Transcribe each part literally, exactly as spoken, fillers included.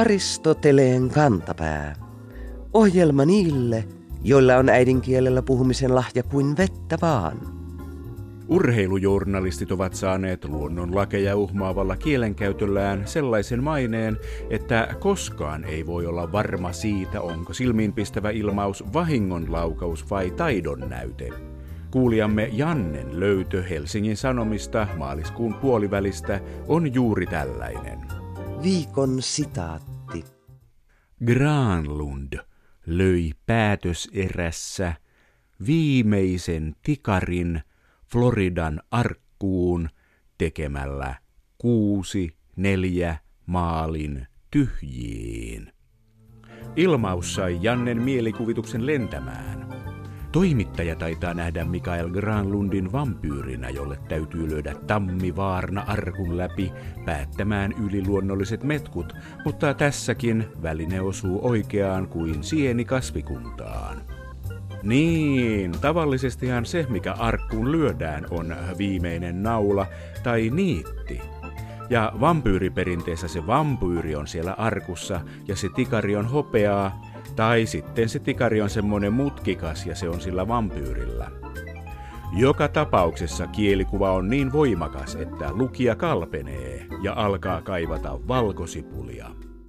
Aristoteleen kantapää. Ohjelma niille, joilla on äidinkielellä puhumisen lahja kuin vettä vaan. Urheilujournalistit ovat saaneet luonnonlakeja uhmaavalla kielenkäytöllään sellaisen maineen, että koskaan ei voi olla varma siitä, onko silmiinpistävä ilmaus vahingonlaukaus vai taidon näyte. Kuulijamme Jannen löytö Helsingin Sanomista maaliskuun puolivälistä on juuri tällainen. Viikon sitaatti. Granlund löi päätöserässä viimeisen tikarin Floridan arkkuun tekemällä kuusi neljä maalin tyhjiin. Ilmaus sai Jannen mielikuvituksen lentämään. Toimittaja taitaa nähdä Mikael Granlundin vampyyrinä, jolle täytyy lyödä tammivaarna arkun läpi päättämään yliluonnolliset metkut, mutta tässäkin väline osuu oikeaan kuin sieni kasvikuntaan. Niin, tavallisestihan se, mikä arkkuun lyödään, on viimeinen naula tai niitti. Ja vampyyriperinteessä se vampyyri on siellä arkussa ja se tikari on hopeaa, tai sitten se tikari on semmoinen mutkikas ja se on sillä vampyyrillä. Joka tapauksessa kielikuva on niin voimakas, että lukija kalpenee ja alkaa kaivata valkosipulia.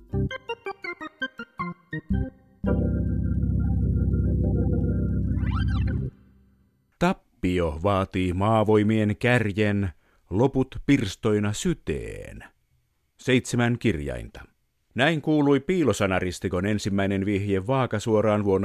Tappio vaatii maavoimien kärjen, loput pirstoina syteen. Seitsemän kirjainta. Näin kuului piilosanaristikon ensimmäinen vihje vaakasuoraan vuonna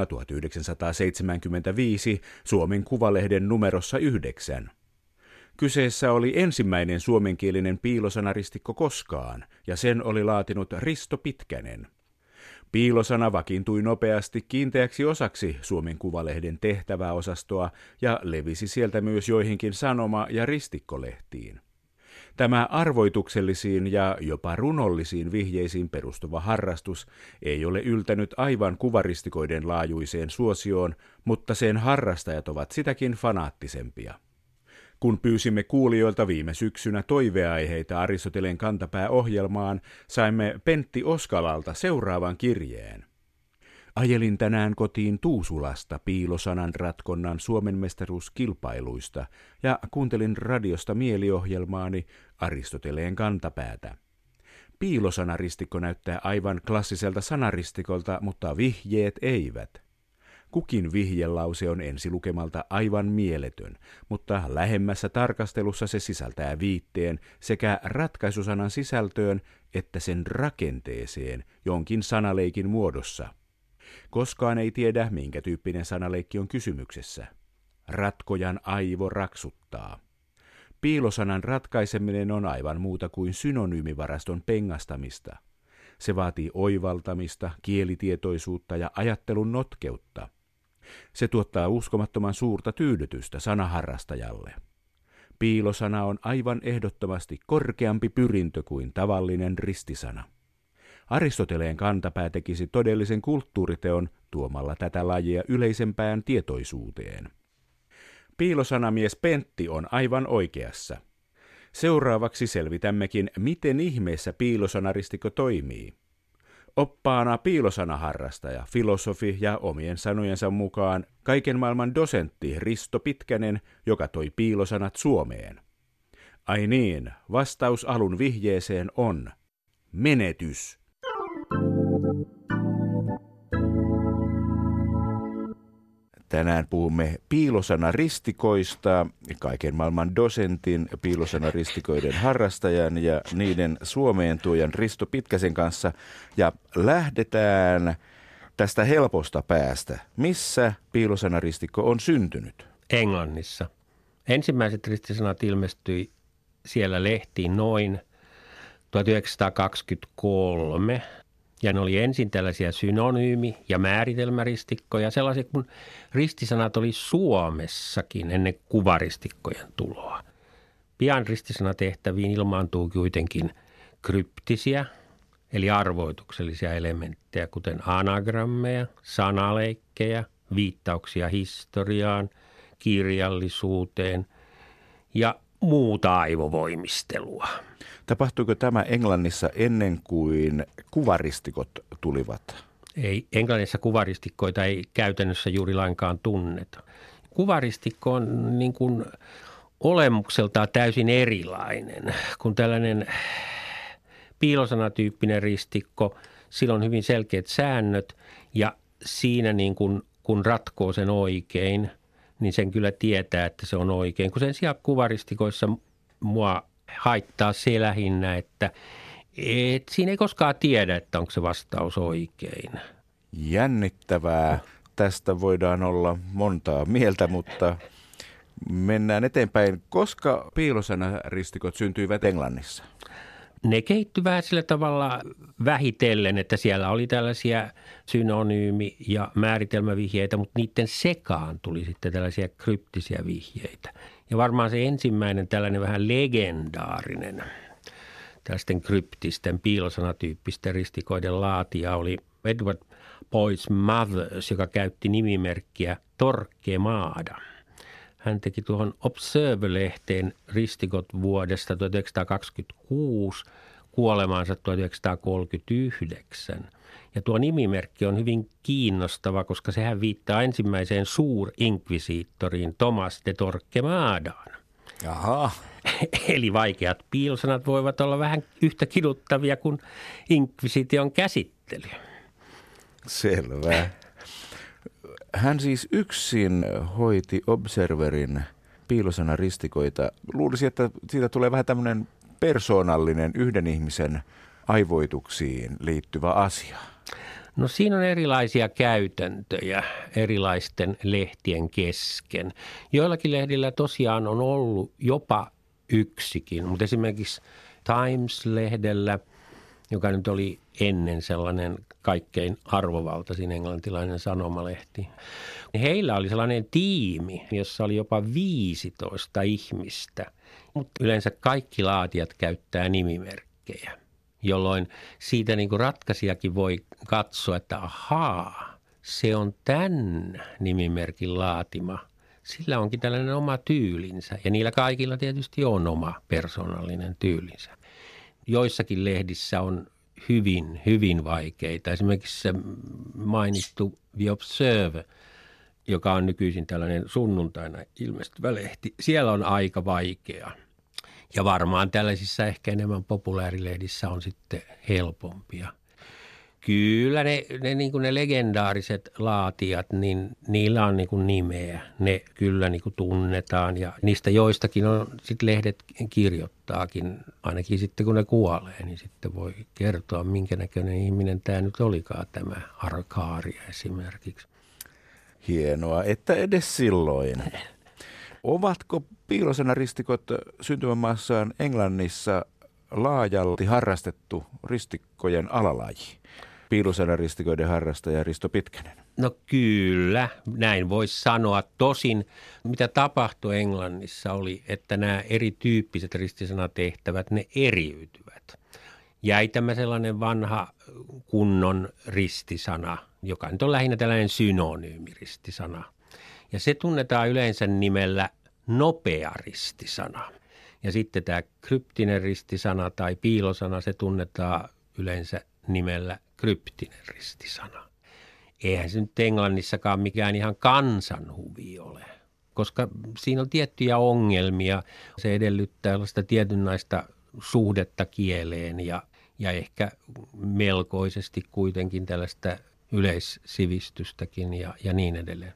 tuhatyhdeksänsataaseitsemänkymmentäviisi Suomen Kuvalehden numerossa yhdeksän. Kyseessä oli ensimmäinen suomenkielinen piilosanaristikko koskaan, ja sen oli laatinut Risto Pitkänen. Piilosana vakiintui nopeasti kiinteäksi osaksi Suomen Kuvalehden tehtäväosastoa ja levisi sieltä myös joihinkin sanoma- ja ristikkolehtiin. Tämä arvoituksellisiin ja jopa runollisiin vihjeisiin perustuva harrastus ei ole yltänyt aivan kuvaristikoiden laajuiseen suosioon, mutta sen harrastajat ovat sitäkin fanaattisempia. Kun pyysimme kuulijoilta viime syksynä toiveaiheita Aristoteleen kantapää-ohjelmaan, saimme Pentti Oskalalta seuraavan kirjeen. Ajelin tänään kotiin Tuusulasta piilosanan ratkonnan suomenmestaruuskilpailuista ja kuuntelin radiosta mieliohjelmaani Aristoteleen kantapäätä. Piilosanaristikko näyttää aivan klassiselta sanaristikolta, mutta vihjeet eivät. Kukin vihjelause on ensilukemalta aivan mieletön, mutta lähemmässä tarkastelussa se sisältää viitteen sekä ratkaisusanan sisältöön että sen rakenteeseen jonkin sanaleikin muodossa. Koskaan ei tiedä, minkä tyyppinen sanaleikki on kysymyksessä. Ratkojan aivo raksuttaa. Piilosanan ratkaiseminen on aivan muuta kuin synonyymivaraston pengastamista. Se vaatii oivaltamista, kielitietoisuutta ja ajattelun notkeutta. Se tuottaa uskomattoman suurta tyydytystä sanaharrastajalle. Piilosana on aivan ehdottomasti korkeampi pyrintö kuin tavallinen ristisana. Aristoteleen kantapää tekisi todellisen kulttuuriteon tuomalla tätä lajia yleisempään tietoisuuteen. Piilosanamies Pentti on aivan oikeassa. Seuraavaksi selvitämmekin, miten ihmeessä piilosanaristikko toimii. Oppaana piilosanaharrastaja, filosofi ja omien sanojensa mukaan kaiken maailman dosentti Risto Pitkänen, joka toi piilosanat Suomeen. Ai niin, vastaus alun vihjeeseen on menetys. Tänään puhumme piilosanaristikoista, kaiken maailman dosentin, piilosanaristikoiden harrastajan ja niiden Suomeen tuojan Risto Pitkäsen kanssa. Ja lähdetään tästä helposta päästä. Missä piilosanaristikko on syntynyt? Englannissa. Ensimmäiset ristisanat ilmestyi siellä lehtiin noin tuhatyhdeksänsataakaksikymmentäkolme. Ja ne oli ensin tällaisia synonyymi- ja määritelmäristikkoja, sellaisia kuin ristisanat oli Suomessakin ennen kuvaristikkojen tuloa. Pian ristisanatehtäviin ilmaantuu kuitenkin kryptisiä, eli arvoituksellisia elementtejä, kuten anagrammeja, sanaleikkejä, viittauksia historiaan, kirjallisuuteen ja muuta aivovoimistelua. Tapahtuiko tämä Englannissa ennen kuin kuvaristikot tulivat? Ei, Englannissa kuvaristikkoita ei käytännössä juuri lainkaan tunneta. Kuvaristikko on niin kuin olemukseltaan täysin erilainen kuin tällainen piilosanatyyppinen ristikko. Sillä on hyvin selkeät säännöt ja siinä niin kuin, kun ratkoo sen oikein, niin sen kyllä tietää, että se on oikein. Kun sen sijaan kuvaristikoissa mua haittaa se lähinnä, että et siinä ei koskaan tiedä, että onko se vastaus oikein. Jännittävää. Tästä voidaan olla montaa mieltä, mutta mennään eteenpäin. Koska piilosanaristikot syntyivät Englannissa? Ne kehittyvät sillä tavalla vähitellen, että siellä oli tällaisia synonyymi- ja määritelmävihjeitä, mutta niiden sekaan tuli sitten tällaisia kryptisiä vihjeitä. Ja varmaan se ensimmäinen tällainen vähän legendaarinen tällaisten kryptisten piilosanatyyppisten ristikoiden laatija oli Edward Boyce Mothers, joka käytti nimimerkkiä Torquemada. Hän teki tuohon Observer-lehteen ristikot vuodesta tuhatyhdeksänsataakaksikymmentäkuusi kuolemaansa tuhatyhdeksänsataakolmekymmentäyhdeksän. Ja tuo nimimerkki on hyvin kiinnostava, koska sehän viittaa ensimmäiseen suurinkvisiittoriin Thomas de Torquemadaan. Jaha. Eli vaikeat piilosanat voivat olla vähän yhtä kiduttavia kuin inkvisition käsittely. Selvä. Hän siis yksin hoiti Observerin piilosanaristikoita. Luulisin, että siitä tulee vähän tämmöinen persoonallinen yhden ihmisen aivoituksiin liittyvä asia. No siinä on erilaisia käytäntöjä erilaisten lehtien kesken. Joillakin lehdillä tosiaan on ollut jopa yksikin, mutta esimerkiksi Times-lehdellä, joka nyt oli ennen sellainen kaikkein arvovaltaisin englantilainen sanomalehti. Heillä oli sellainen tiimi, jossa oli jopa viisitoista ihmistä, mutta yleensä kaikki laatijat käyttää nimimerkkejä, jolloin siitä niin kuin ratkaisijakin voi katsoa, että ahaa, se on tämän nimimerkin laatima. Sillä onkin tällainen oma tyylinsä ja niillä kaikilla tietysti on oma persoonallinen tyylinsä. Joissakin lehdissä on hyvin, hyvin vaikeita. Esimerkiksi se mainittu The Observer, joka on nykyisin tällainen sunnuntaina ilmestyvä lehti. Siellä on aika vaikea. Ja varmaan tällaisissa ehkä enemmän populäärilehdissä on sitten helpompia. Kyllä ne, ne, niin kuin ne legendaariset laatijat, niin niillä on niin kuin nimeä. Ne kyllä niin kuin tunnetaan ja niistä joistakin on sitten lehdet kirjoittaakin. Ainakin sitten kun ne kuolee, niin sitten voi kertoa, minkä näköinen ihminen tämä nyt olikaan, tämä Arkaria esimerkiksi. Hienoa, että edes silloin. Ovatko piilosanristikot syntymämaassaan Englannissa laajalti harrastettu ristikkojen alalaji? Piilosanaristikoiden harrastaja Risto Pitkänen. No kyllä, näin voisi sanoa. Tosin mitä tapahtui Englannissa oli, että nämä erityyppiset ristisanatehtävät, ne eriytyvät. Jäi tämä sellainen vanha kunnon ristisana, joka nyt on lähinnä tällainen synonyymiristisana. Ja se tunnetaan yleensä nimellä nopea ristisana. Ja sitten tämä kryptinen ristisana tai piilosana, se tunnetaan yleensä nimellä kryptinen ristisana. Eihän se nyt Englannissakaan mikään ihan kansanhuvi ole, koska siinä on tiettyjä ongelmia. Se edellyttää sellaista tietynlaista suhdetta kieleen ja, ja ehkä melkoisesti kuitenkin tällaista yleissivistystäkin ja, ja niin edelleen.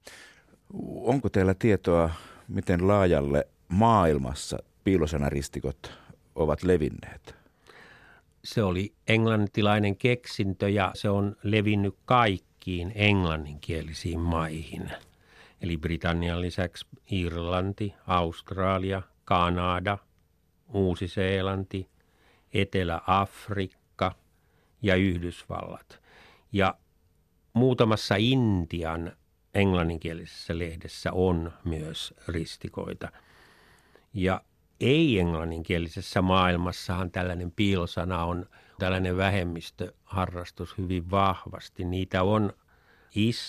Onko teillä tietoa, miten laajalle maailmassa piilosanaristikot ovat levinneet? Se oli englantilainen keksintö ja se on levinnyt kaikkiin englanninkielisiin maihin. Eli Britannian lisäksi Irlanti, Australia, Kanada, Uusi-Seelanti, Etelä-Afrikka ja Yhdysvallat. Ja muutamassa Intian englanninkielisessä lehdessä on myös ristikoita. Ja ei-englanninkielisessä maailmassahan tällainen piilosana on tällainen vähemmistöharrastus hyvin vahvasti. Niitä on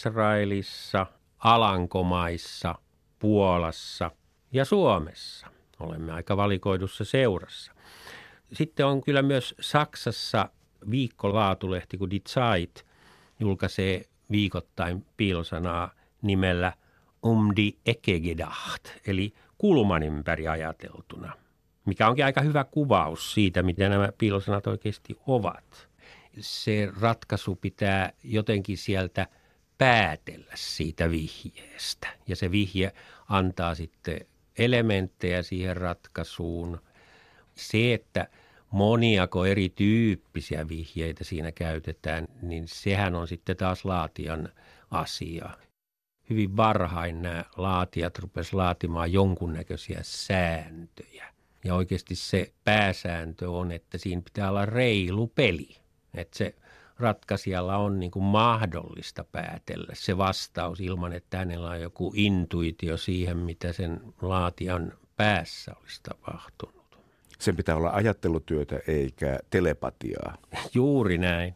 Israelissa, Alankomaissa, Puolassa ja Suomessa. Olemme aika valikoidussa seurassa. Sitten on kyllä myös Saksassa viikkolaatulehti, kun Die Zeit julkaisee viikoittain piilosanaa nimellä Um die Ecke gedacht, eli kulman ympäri ajateltuna, mikä onkin aika hyvä kuvaus siitä, mitä nämä piilosanat oikeasti ovat. Se ratkaisu pitää jotenkin sieltä päätellä siitä vihjeestä, ja se vihje antaa sitten elementtejä siihen ratkaisuun. Se, että moniako erityyppisiä vihjeitä siinä käytetään, niin sehän on sitten taas laatijan asia. Hyvin varhain nämä laatijat rupesivat laatimaan jonkunnäköisiä sääntöjä. Ja oikeasti se pääsääntö on, että siinä pitää olla reilu peli. Että se ratkaisijalla on niin kuin mahdollista päätellä se vastaus ilman, että hänellä on joku intuitio siihen, mitä sen laatijan päässä olisi tapahtunut. Sen pitää olla ajattelutyötä eikä telepatiaa. Juuri näin.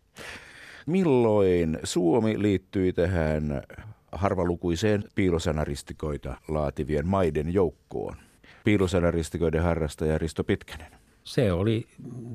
Milloin Suomi liittyi tähän harvalukuiseen piilosanaristikoita laativien maiden joukkoon? Piilosanaristikoiden harrastaja Risto Pitkänen. Se oli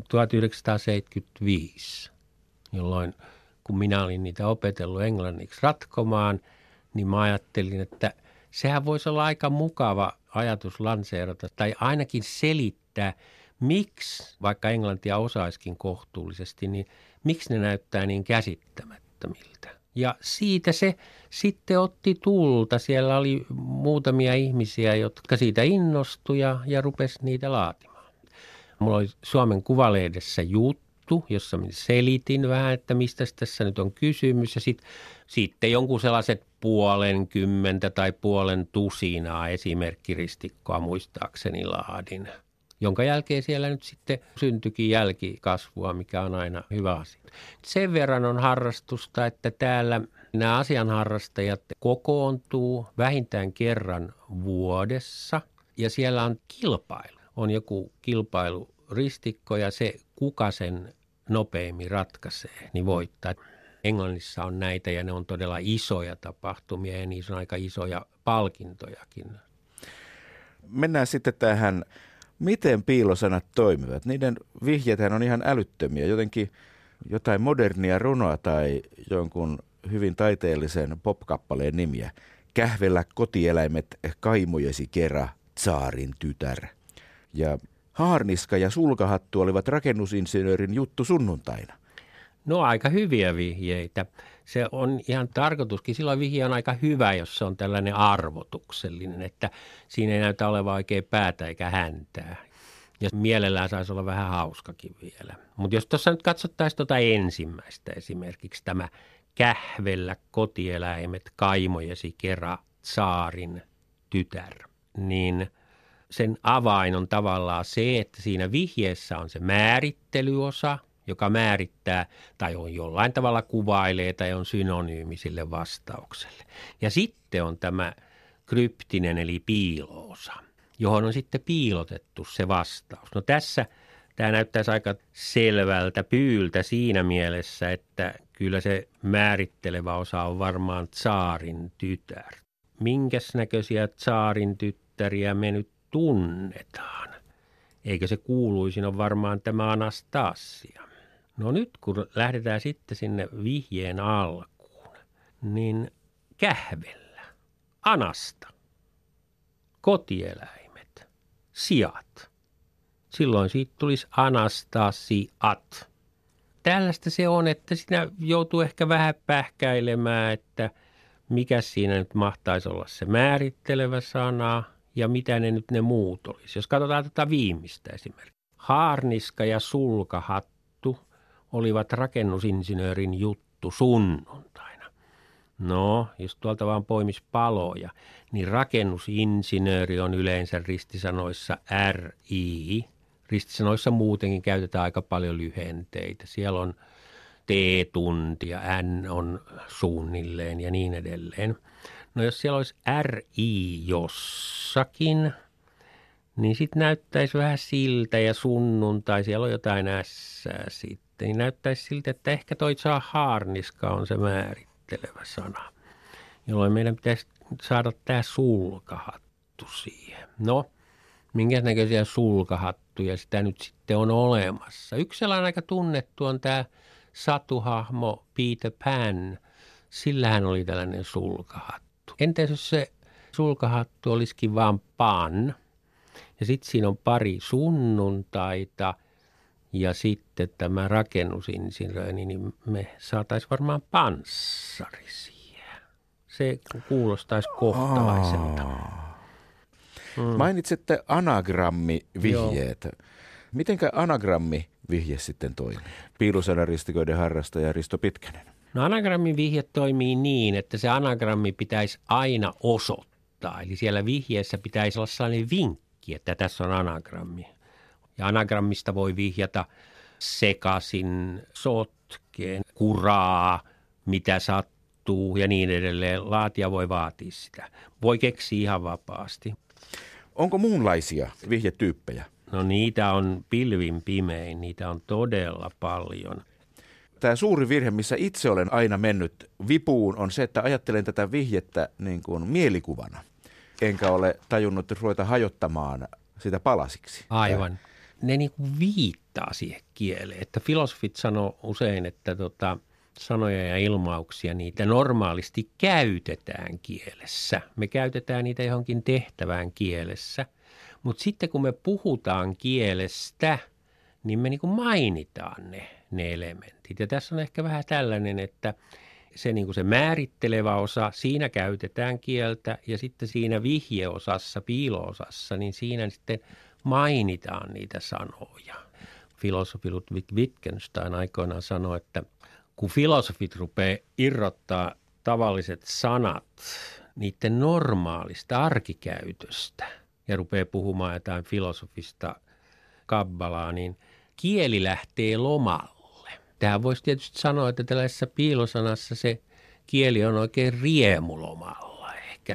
tuhatyhdeksänsataaseitsemänkymmentäviisi, jolloin kun minä olin niitä opetellut englanniksi ratkomaan, niin mä ajattelin, että sehän voisi olla aika mukava ajatus lanseerata tai ainakin selittää, miksi, vaikka englantia osaiskin kohtuullisesti, niin miksi ne näyttää niin käsittämättömiltä. Ja siitä se sitten otti tulta. Siellä oli muutamia ihmisiä, jotka siitä innostui ja, ja rupesi niitä laatimaan. Mulla oli Suomen Kuvalehdessä juttu, jossa minä selitin vähän, että mistä tässä nyt on kysymys. Ja sit, sitten jonkun sellaiset puolen kymmentä tai puolen tusinaa esimerkkiristikkoa muistaakseni laadin, jonka jälkeen siellä nyt sitten syntyikin jälkikasvua, mikä on aina hyvä asia. Sen verran on harrastusta, että täällä nämä asianharrastajat kokoontuu vähintään kerran vuodessa ja siellä on kilpailu. On joku kilpailuristikko ja se, kuka sen nopeimmin ratkaisee, niin voittaa. Englannissa on näitä ja ne on todella isoja tapahtumia ja niissä on aika isoja palkintojakin. Mennään sitten tähän, miten piilosanat toimivat. Niiden vihjeethän on ihan älyttömiä. Jotenkin jotain modernia runoa tai jonkun hyvin taiteellisen pop-kappaleen nimiä. Kähvellä kotieläimet kaimojesi kera, tsaarin tytär. Ja haarniska ja sulkahattu olivat rakennusinsinöörin juttu sunnuntaina. No aika hyviä vihjeitä. Se on ihan tarkoituskin. Silloin vihje on aika hyvä, jos se on tällainen arvotuksellinen, että siinä ei näytä olevan oikein päätä eikä häntää. Ja mielellään saisi olla vähän hauskakin vielä. Mutta jos tuossa nyt katsottaisiin tuota ensimmäistä esimerkiksi tämä kähvellä kotieläimet kaimojesi kera tsaarin tytär, niin sen avain on tavallaan se, että siinä vihjeessä on se määrittelyosa, joka määrittää tai on jollain tavalla kuvailee tai on synonyymi sille vastaukselle. Ja sitten on tämä kryptinen eli piiloosa, johon on sitten piilotettu se vastaus. No tässä tämä näyttäisi aika selvältä pyyltä siinä mielessä, että kyllä se määrittelevä osa on varmaan tsaarin tytär. Minkäs näköisiä tsaarin tyttäriä me nyt tunnetaan? Eikö se kuuluisin on varmaan tämä Anastasia? No nyt kun lähdetään sitten sinne vihjeen alkuun, niin kähvellä, anasta, kotieläimet, sijat. Silloin siitä tulisi Anastasiat. Tällaista se on, että siinä joutuu ehkä vähän pähkäilemään, että mikä siinä nyt mahtaisi olla se määrittelevä sana ja mitä ne nyt ne muut olisi. Jos katsotaan tätä viimeistä esimerkkiä. Haarniska ja sulkahattu olivat rakennusinsinöörin juttu sunnuntaina. No, jos tuolta vaan poimis paloja, niin rakennusinsinööri on yleensä ristisanoissa R I. Ristisanoissa muutenkin käytetään aika paljon lyhenteitä. Siellä on T-tunti ja N on suunnilleen ja niin edelleen. No jos siellä olisi R I jossakin, niin sitten näyttäisi vähän siltä ja sunnuntai, siellä on jotain ässää sitten. Niin näyttäisi siltä, että ehkä toi saa haarniska on se määrittelevä sana, jolloin meidän pitäisi saada tämä sulkahattu siihen. No, minkä näköisiä sulkahattuja sitä nyt sitten on olemassa. Yksi sellainen aika tunnettu on tämä satuhahmo Peter Pan. Sillähän oli tällainen sulkahattu. Entäs jos se sulkahattu olisikin vaan Pan? Ja sitten siinä on pari sunnuntaita ja sitten tämä rakennusinsinööri, niin me saataisiin varmaan panssarisia. Se kuulostaisi kohtalaiselta. Mm. Mainitsette anagrammivihjeet. Mitenkä anagrammivihje sitten toimii? Piilosanaristikoiden harrastaja Risto Pitkänen. No anagrammin vihje toimii niin, että se anagrammi pitäisi aina osoittaa. Eli siellä vihjeessä pitäisi olla sellainen vinkki, että tässä on anagrammi. Ja anagrammista voi vihjata sekaisin, sotkeen, kuraa, mitä sattuu ja niin edelleen. Laatija voi vaatia sitä. Voi keksiä ihan vapaasti. Onko muunlaisia vihjetyyppejä? No niitä on pilvin pimein, niitä on todella paljon. Tämä suuri virhe, missä itse olen aina mennyt vipuun, on se, että ajattelen tätä vihjettä niin kuin mielikuvana. Enkä ole tajunnut ruveta hajottamaan sitä palasiksi. Aivan. Ne niin kuin viittaa siihen kieleen. Että filosofit sanoo usein, että tota, sanoja ja ilmauksia, niitä normaalisti käytetään kielessä. Me käytetään niitä johonkin tehtävään kielessä. Mutta sitten kun me puhutaan kielestä, niin me niin kuin mainitaan ne, ne elementit. Ja tässä on ehkä vähän tällainen, että se, niin kuin se määrittelevä osa, siinä käytetään kieltä ja sitten siinä vihjeosassa, piilo-osassa, niin siinä sitten mainitaan niitä sanoja. Filosofi Ludwig Wittgenstein aikoinaan sanoi, että kun filosofit rupeaa irrottaa tavalliset sanat niiden normaalista arkikäytöstä ja rupeaa puhumaan jotain filosofista kabbalaa, niin kieli lähtee lomalle. Tähän voisi tietysti sanoa, että tällaisessa piilosanassa se kieli on oikein riemulomalla ehkä.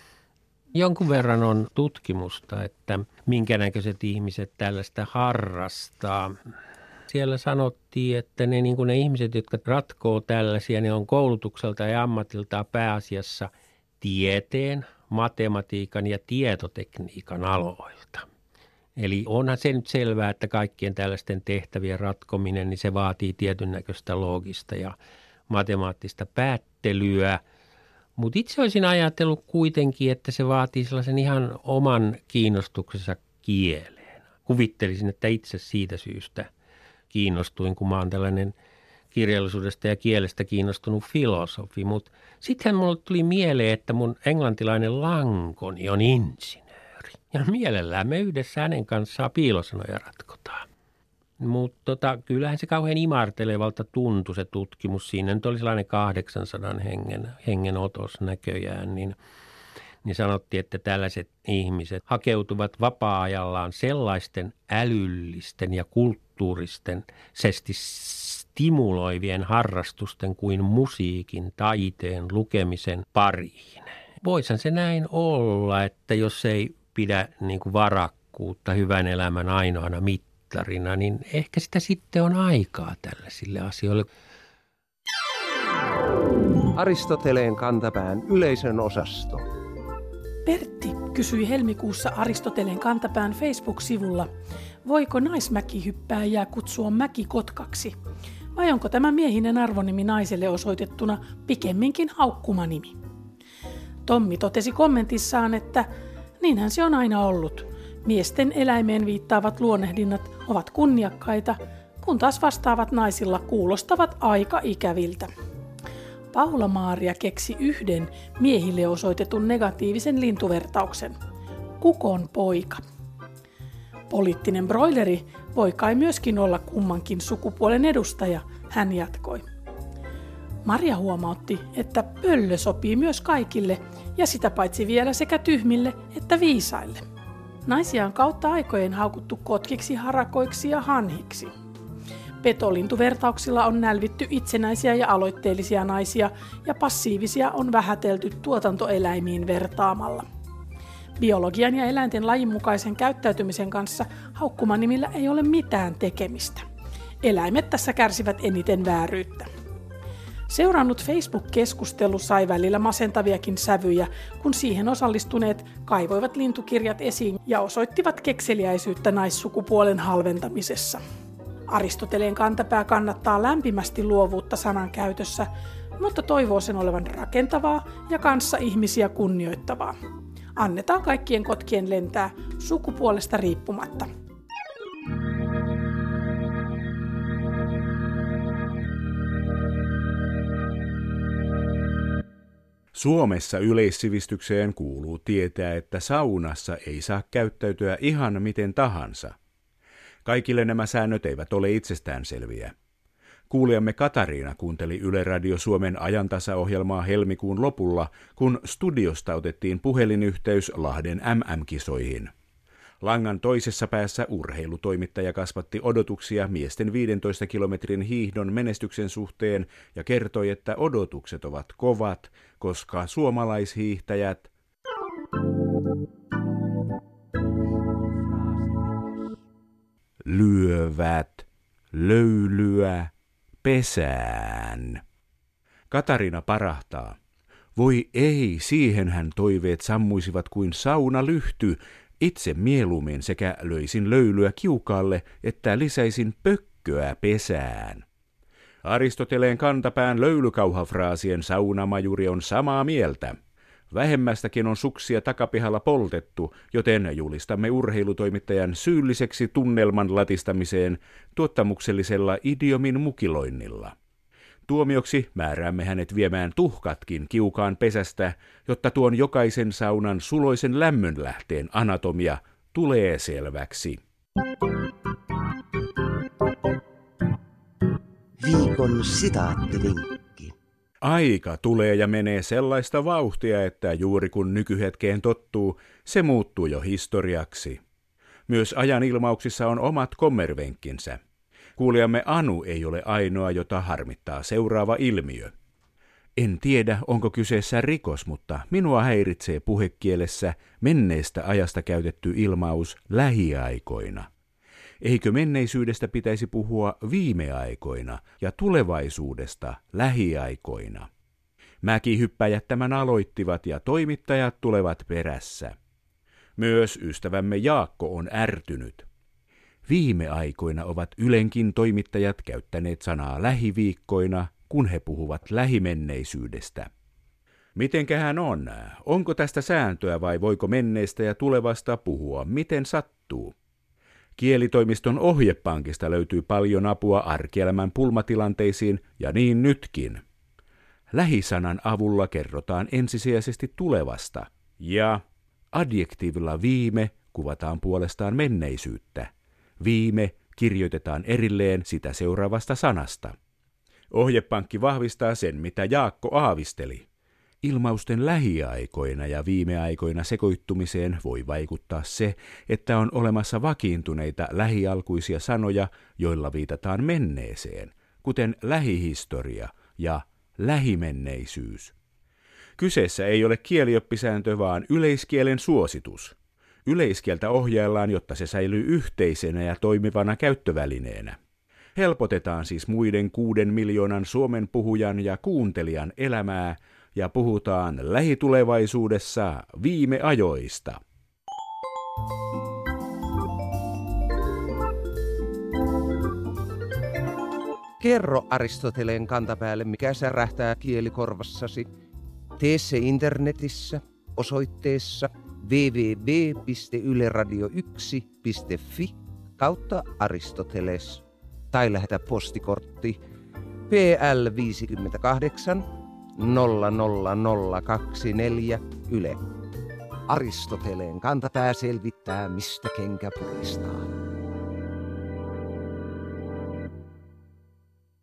Jonkun verran on tutkimusta, että minkä näköiset ihmiset tällaista harrastaa. Siellä sanottiin, että ne, niin kuin ne ihmiset, jotka ratkoo tällaisia, ne on koulutukselta ja ammatiltaan pääasiassa tieteen, matematiikan ja tietotekniikan aloilta. Eli onhan se nyt selvää, että kaikkien tällaisten tehtävien ratkominen, niin se vaatii tietyn näköistä loogista ja matemaattista päättelyä. Mutta itse olisin ajatellut kuitenkin, että se vaatii sellaisen ihan oman kiinnostuksensa kieleen. Kuvittelisin, että itse siitä syystä kiinnostuin, kun mä oon tällainen kirjallisuudesta ja kielestä kiinnostunut filosofi. Mutta sittenhän mulle tuli mieleen, että mun englantilainen lankoni on insinööri. Ja mielellään me yhdessä hänen kanssaan piilosanoja ratkotaan. Mutta tota, kyllähän se kauhean imartelevalta tuntui se tutkimus. Siinä nyt oli sellainen kahdeksansadan hengen, hengen otos näköjään. Niin, niin sanottiin, että tällaiset ihmiset hakeutuvat vapaa-ajallaan sellaisten älyllisten ja kulttuuristen sesti stimuloivien harrastusten kuin musiikin, taiteen, lukemisen pariin. Voisihan se näin olla, että jos ei pidä niin kuin varakkuutta hyvän elämän ainoana mittarina, niin ehkä sitä sitten on aikaa tällaisille asioille. Aristoteleen kantapään yleisön osasto. Pertti kysyi helmikuussa Aristoteleen kantapään Facebook-sivulla, voiko naismäkihyppääjää kutsua mäkikotkaksi, vai onko tämä miehinen arvonimi naiselle osoitettuna pikemminkin haukkumanimi. Tommi totesi kommentissaan, että niinhän se on aina ollut. Miesten eläimeen viittaavat luonnehdinnat ovat kunniakkaita, kun taas vastaavat naisilla kuulostavat aika ikäviltä. Paula-Maaria keksi yhden miehille osoitetun negatiivisen lintuvertauksen. Kukon poika. Poliittinen broileri voi kai myöskin olla kummankin sukupuolen edustaja, hän jatkoi. Maria huomautti, että pöllö sopii myös kaikille ja sitä paitsi vielä sekä tyhmille että viisaille. Naisia on kautta aikojen haukuttu kotkiksi, harakoiksi ja hanhiksi. Petolintuvertauksilla on nälvitty itsenäisiä ja aloitteellisia naisia ja passiivisia on vähätelty tuotantoeläimiin vertaamalla. Biologian ja eläinten lajinmukaisen käyttäytymisen kanssa haukkumanimillä ei ole mitään tekemistä. Eläimet tässä kärsivät eniten vääryyttä. Seurannut Facebook-keskustelu sai välillä masentaviakin sävyjä, kun siihen osallistuneet kaivoivat lintukirjat esiin ja osoittivat kekseliäisyyttä naissukupuolen halventamisessa. Aristoteleen kantapää kannattaa lämpimästi luovuutta sanan käytössä, mutta toivoo sen olevan rakentavaa ja kanssa ihmisiä kunnioittavaa. Annetaan kaikkien kotkien lentää sukupuolesta riippumatta. Suomessa yleissivistykseen kuuluu tietää, että saunassa ei saa käyttäytyä ihan miten tahansa. Kaikille nämä säännöt eivät ole itsestäänselviä. Kuulijamme Katariina kuunteli Yle Radio Suomen ajantasaohjelmaa helmikuun lopulla, kun studiosta otettiin puhelinyhteys Lahden M M-kisoihin. Langan toisessa päässä urheilutoimittaja kasvatti odotuksia miesten viidentoista kilometrin hiihdon menestyksen suhteen ja kertoi, että odotukset ovat kovat, koska suomalaishiihtäjät lyövät löylyä pesään. Katariina parahtaa. Voi ei, siihenhän toiveet sammuisivat kuin saunalyhty. Itse mieluummin sekä löisin löylyä kiukaalle, että lisäisin pökköä pesään. Aristoteleen kantapään löylykauhafraasien saunamajuri on samaa mieltä. Vähemmästäkin on suksia takapihalla poltettu, joten julistamme urheilutoimittajan syylliseksi tunnelman latistamiseen tuottamuksellisella idiomin mukiloinnilla. Tuomioksi määräämme hänet viemään tuhkatkin kiukaan pesästä, jotta tuon jokaisen saunan suloisen lämmönlähteen anatomia tulee selväksi. Viikon sitaattivinkki. Aika tulee ja menee sellaista vauhtia, että juuri kun nykyhetkeen tottuu, se muuttuu jo historiaksi. Myös ajan ilmauksissa on omat kommervenkkinsä. Kuulijamme Anu ei ole ainoa, jota harmittaa seuraava ilmiö. En tiedä, onko kyseessä rikos, mutta minua häiritsee puhekielessä menneestä ajasta käytetty ilmaus lähiaikoina. Eikö menneisyydestä pitäisi puhua viime aikoina ja tulevaisuudesta lähiaikoina? Mäkihyppäjät tämän aloittivat ja toimittajat tulevat perässä. Myös ystävämme Jaakko on ärtynyt. Viime aikoina ovat Ylenkin toimittajat käyttäneet sanaa lähiviikkoina, kun he puhuvat lähimenneisyydestä. Mitenkähän on? Onko tästä sääntöä vai voiko menneestä ja tulevasta puhua miten sattuu? Kielitoimiston ohjepankista löytyy paljon apua arkielämän pulmatilanteisiin ja niin nytkin. Lähisanan avulla kerrotaan ensisijaisesti tulevasta ja adjektiivilla viime kuvataan puolestaan menneisyyttä. Viime kirjoitetaan erilleen sitä seuraavasta sanasta. Ohjepankki vahvistaa sen, mitä Jaakko aavisteli. Ilmausten lähiaikoina ja viime aikoina sekoittumiseen voi vaikuttaa se, että on olemassa vakiintuneita lähialkuisia sanoja, joilla viitataan menneeseen, kuten lähihistoria ja lähimenneisyys. Kyseessä ei ole kielioppisääntö, vaan yleiskielen suositus. Yleiskieltä ohjaillaan, jotta se säilyy yhteisenä ja toimivana käyttövälineenä. Helpotetaan siis muiden kuuden miljoonan Suomen puhujan ja kuuntelijan elämää ja puhutaan lähitulevaisuudessa viime ajoista. Kerro Aristoteleen kantapäälle, mikä särähtää kielikorvassasi. Tee se internetissä osoitteessa double-u double-u double-u piste yle radio yksi piste fi kautta Aristoteles tai lähetä postikortti P L viisikymmentäkahdeksan nolla nolla nolla kaksikymmentäneljä Yle. Aristoteleen kantapää selvittää, mistä kenkä puristaa.